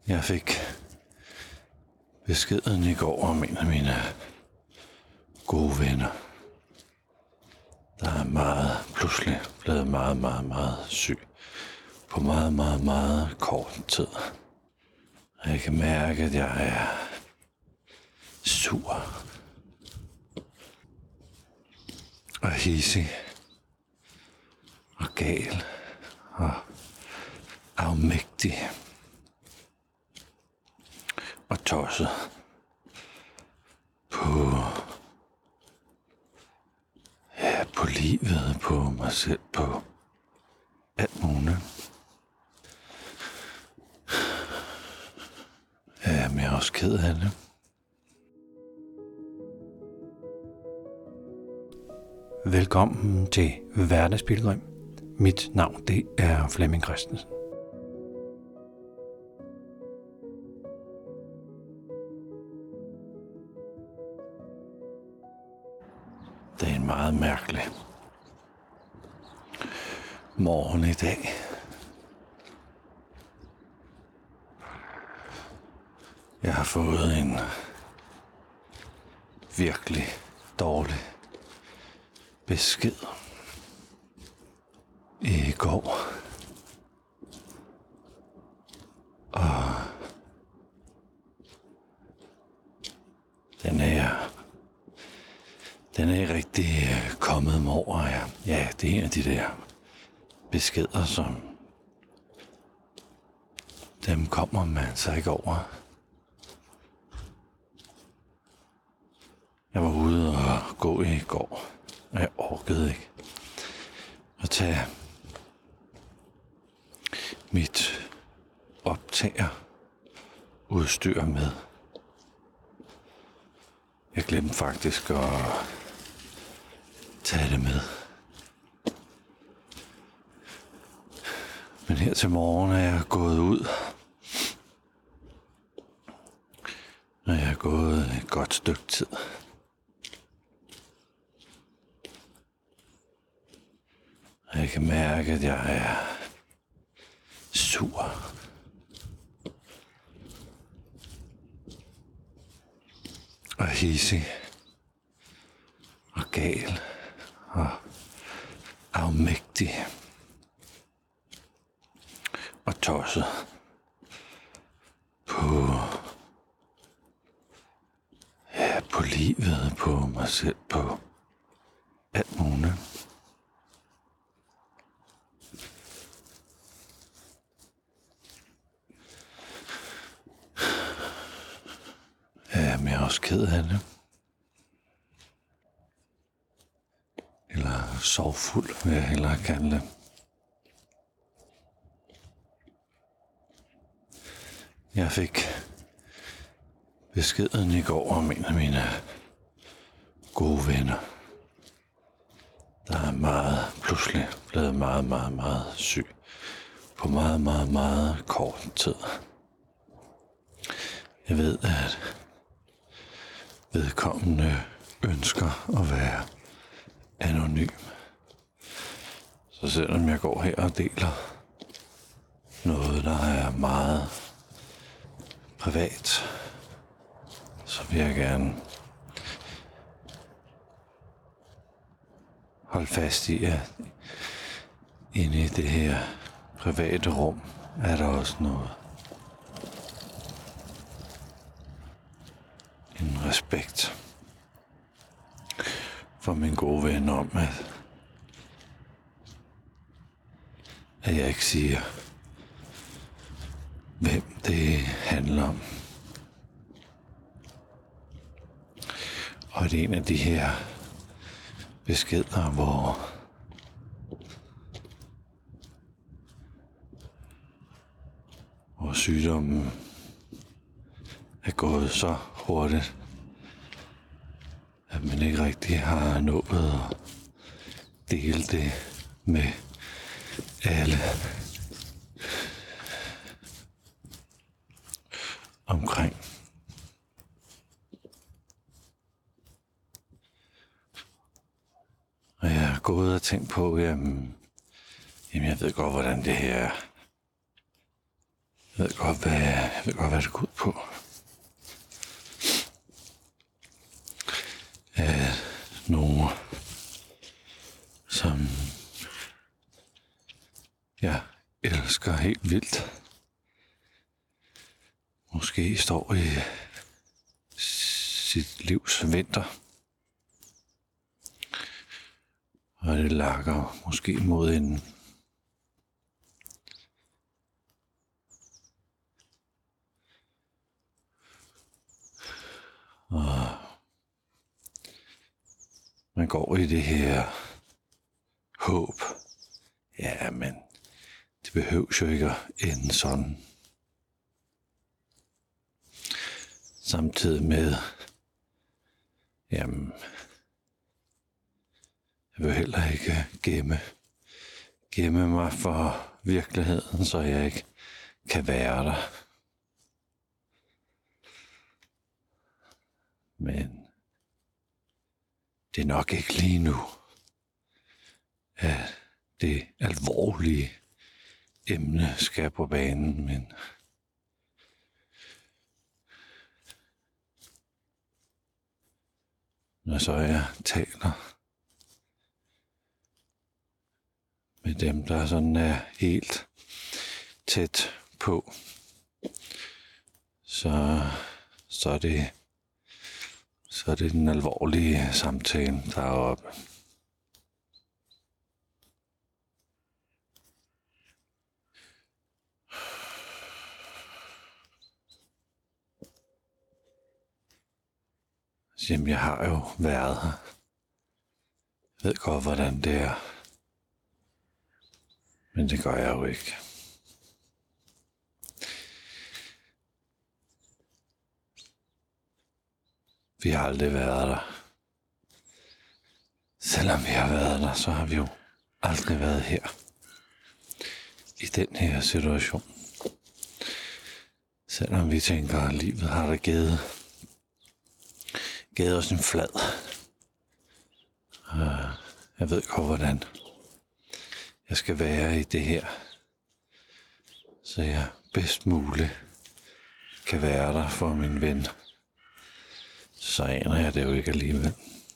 Jeg fik beskeden i går om en af mine gode venner, der er pludselig blevet meget syg på meget kort tid. Og jeg kan mærke, at jeg er sur og hidsig og gal og afmægtig og tosset på livet, på mig selv, på alt muligt. Men jeg er også ked af det. Velkommen til Hverdagspilgrim. Mit navn det er Flemming Christensen. Det er en meget mærkelig morgen i dag. Jeg har fået en virkelig dårlig besked i går. Og den er ikke rigtig kommet mig over. Ja, det er en af de der beskeder, som dem kommer man sig ikke over. Jeg var ude og gå i går, og jeg orkede ikke at tage mit optagerudstyr med. Jeg glemte faktisk at tage det med. Men her til morgen er jeg gået ud. Og jeg er gået et godt stykke tid. Og jeg kan mærke, at jeg er sur. Og hidsig. Og gal. Og afmægtig. Og tosset. På livet, på mig selv, på alt muligt. Men jeg er også ked af det. Eller sorgfuld, vil jeg hellere kalde det. Jeg fik beskeden i går om en af mine gode venner, der er pludselig blevet meget syg på meget kort tid. Jeg ved, at vedkommende ønsker at være anonym. Så selvom jeg går her og deler noget, der er meget privat, så vil jeg gerne holde fast i, at inde i det her private rum er der også noget. En respekt for min gode ven om, at jeg ikke siger, hvem det handler om. Og det er en af de her beskeder, hvor sygdommen er gået så hurtigt, at man ikke rigtig har nået at dele det med alle omkring. Og jeg har gået og tænkt på, jamen jeg ved godt, hvordan det her Jeg ved godt, hvad det går ud på. Nogle, som jeg elsker helt vildt, måske står i sit livs vinter, og det lakker måske mod en og man går i det her håb. Ja, men det behøves jo ikke at ende sådan. Samtidig med, jamen, jeg vil heller ikke gemme mig for virkeligheden, så jeg ikke kan være der. Men det er nok ikke lige nu, at det alvorlige emne skal på banen, men når så jeg taler med dem, der sådan er helt tæt på, så er det den alvorlige samtale, der er oppe. Jamen, jeg har jo været her. Jeg ved godt, hvordan det er. Men det gør jeg jo ikke. Vi har aldrig været der. Selvom vi har været der, så har vi jo aldrig været her. I den her situation. Selvom vi tænker, at livet har da givet os en flad. Jeg ved godt, hvordan jeg skal være i det her, så jeg bedst muligt kan være der for min ven. Så aner jeg det jo ikke alligevel.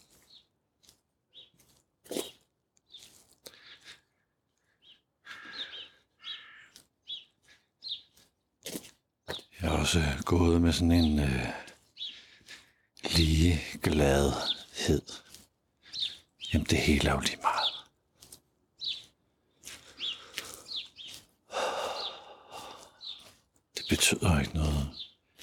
Jeg har også gået med sådan en ligegladhed. Jamen, det hele er jo lige meget. Det betyder ikke noget.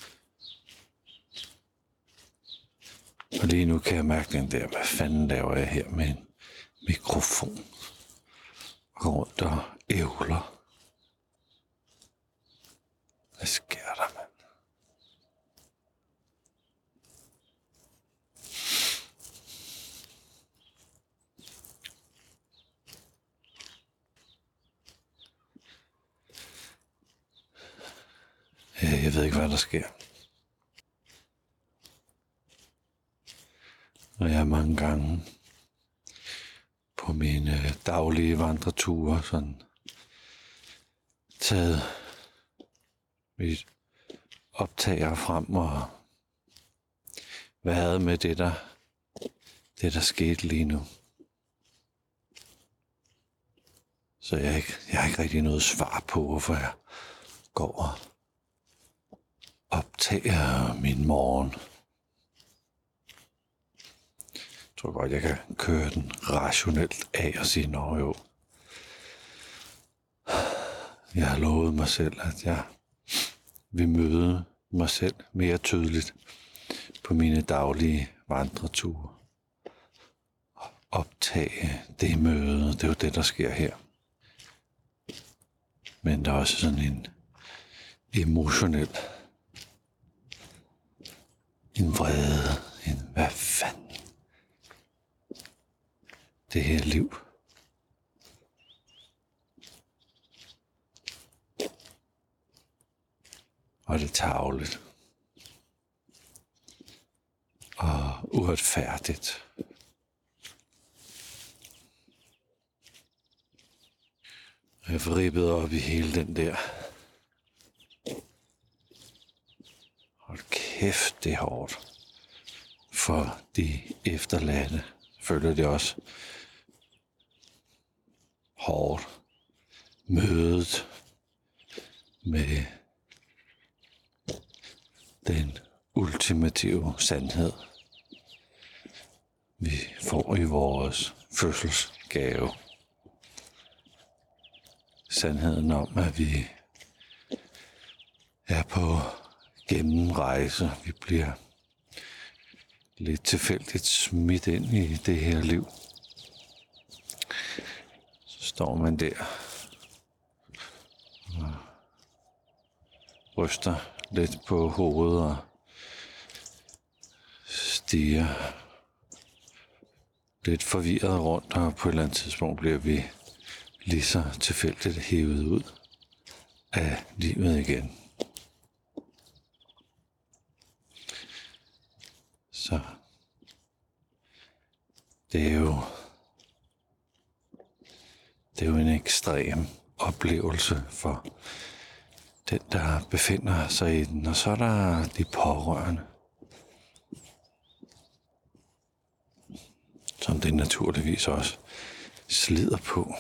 Og lige nu kan jeg mærke den der, hvad fanden laver jeg her med en mikrofon? Og går rundt og ævler. Hvad sker der, mand? Jeg ved ikke, hvad der sker. Og jeg har mange gange på mine daglige vandreture sådan taget mit optager frem og været med det der skete lige nu. Så jeg har ikke rigtig noget svar på, hvorfor jeg går og optager min morgen. Jeg tror godt, jeg kan køre den rationelt af og sige, nå jo. Jeg har lovet mig selv, at jeg vil møde mig selv mere tydeligt på mine daglige vandreture. Optage det møde, det er jo det, der sker her. Men der er også sådan en emotionel, en vrede, en hvad fanden. Det her liv. Og det er tarveligt. Og uretfærdigt. Og jeg får ribbet op i hele den der kæft, det er hårdt. For de efterladte føler det også hårdt. Mødet med den ultimative sandhed, vi får i vores fødselsgave. Sandheden om, at vi er på gennemrejse. Vi bliver lidt tilfældigt smidt ind i det her liv. Så står man der og ryster lidt på hovedet og stiger lidt forvirret rundt, og på et eller andet tidspunkt bliver vi lige så tilfældigt hævet ud af livet igen. Så det er jo en ekstrem oplevelse for den, der befinder sig i den. Og så er der de pårørende, som det naturligvis også slider på.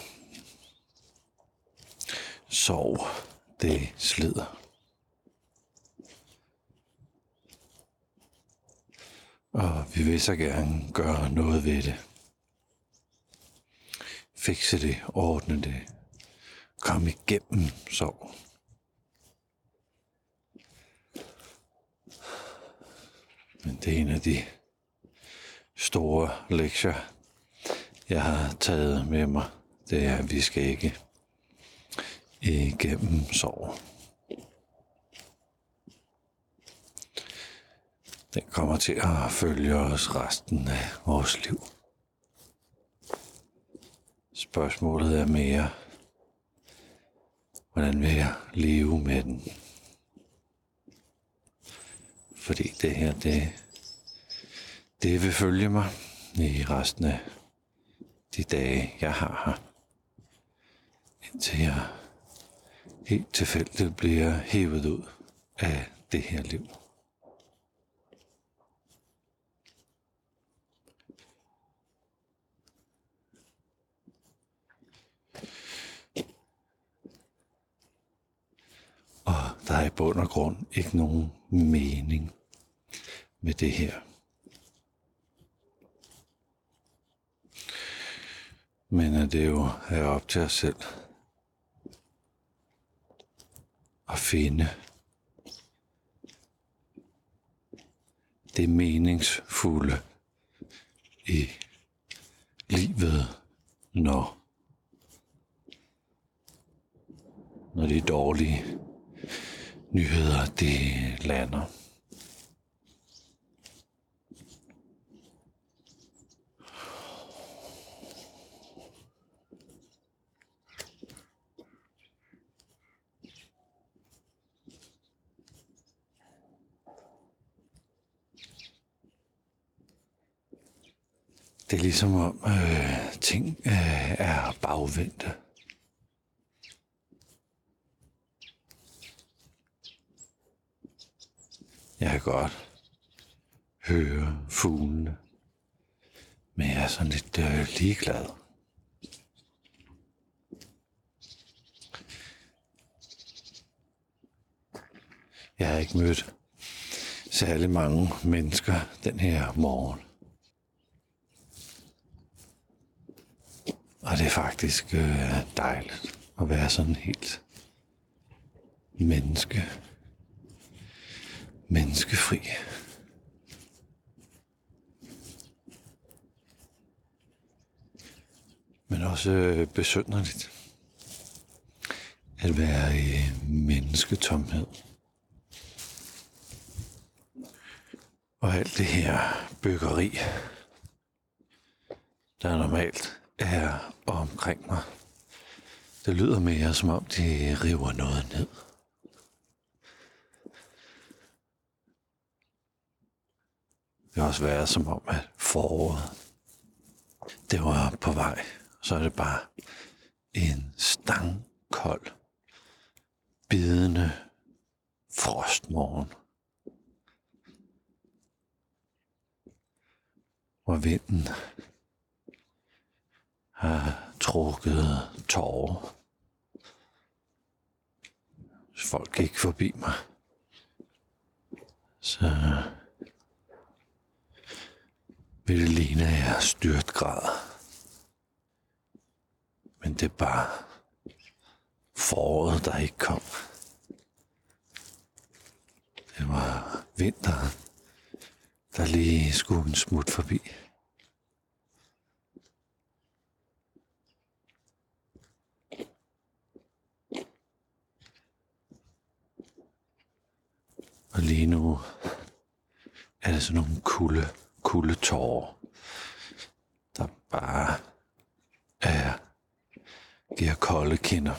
Sorg, det slider. Og vi vil så gerne gøre noget ved det. Fikse det, ordne det, komme igennem sorg. Men det er en af de store lektier, jeg har taget med mig. Det er, at vi skal ikke igennem sorg. Den kommer til at følge os resten af vores liv. Spørgsmålet er mere, hvordan vil jeg leve med den? Fordi det her, det vil følge mig i resten af de dage, jeg har her. Indtil jeg helt tilfældigt bliver hævet ud af det her liv. Og der er i bund og grund ikke nogen mening med det her. Men at det jo er op til os selv at finde det meningsfulde i livet, når de dårlige nyheder, de lander. Det er ligesom om ting er bagvendte. Jeg kan godt høre fuglene, men jeg er sådan lidt ligeglad. Jeg har ikke mødt særlig mange mennesker den her morgen. Og det er faktisk dejligt at være sådan helt menneskefri. Men også besynderligt at være i mennesketomhed. Og alt det her byggeri, der normalt er omkring mig, det lyder mere som om de river noget ned. Det kan også være som om, at foråret, det var på vej. Så er det bare en stangkold, bidende frostmorgen. hvor vinden har trukket tårer. Hvis folk gik forbi mig, så ville det ligne, at jeg styrtgræd. Men det er bare foråret, der ikke kom. Det var vinteren, der lige skulle en smut forbi. Og lige nu er det sådan nogle kulde tårer, der bare giver kolde kinder.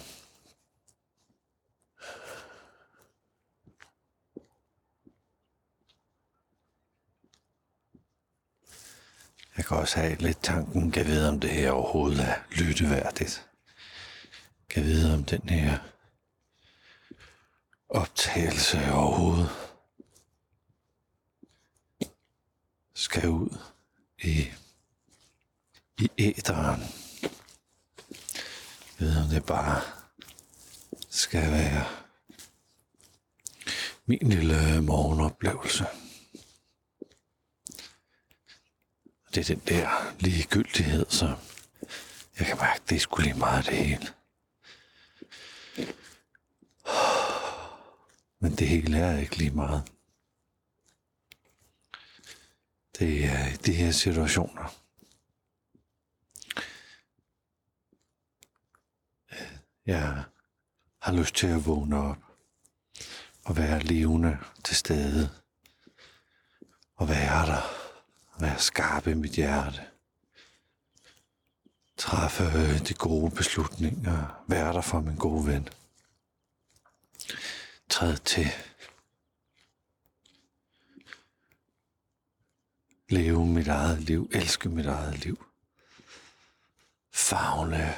Jeg kan også have lidt tanken, kan vide om det her overhovedet er lytteværdigt. Kan vide om den her optagelse overhovedet skal ud i æteren. Jeg ved om det bare skal være min lille morgenoplevelse. Det er den der ligegyldighed, så jeg kan mærke, det er sgu lige meget det hele. Men det hele er ikke lige meget. Det er i de her situationer. Jeg har lyst til at vågne op og være levende til stede og være der. Være skarp i mit hjerte. Træffe de gode beslutninger. Være der for min gode ven. Træde til. Leve mit eget liv. Elske mit eget liv. Favne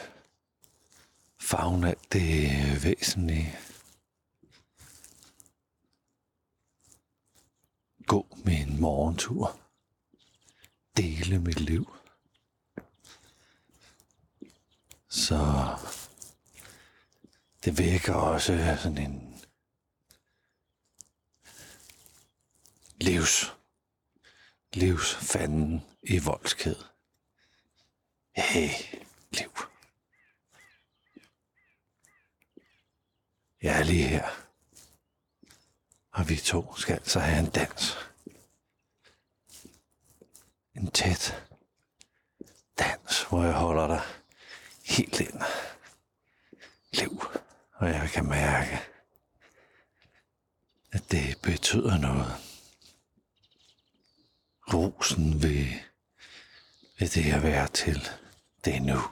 alt det væsentlige. Gå min morgentur. Dele mit liv. Så det vækker også sådan en livsfanden i voldsked. Hey, liv. Jeg er lige her. Og vi to skal altså have en dans. En tæt dans, hvor jeg holder dig helt ind. Liv. Og jeg kan mærke, at det betyder noget. Rosen ved det at være til, det er nu.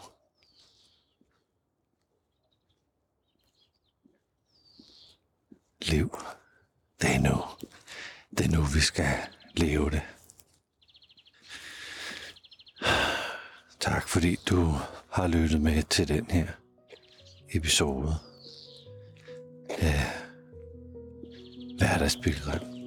Liv, det er nu. Det er nu, vi skal leve det. Tak fordi du har lyttet med til den her episode af Hverdagspilgrim.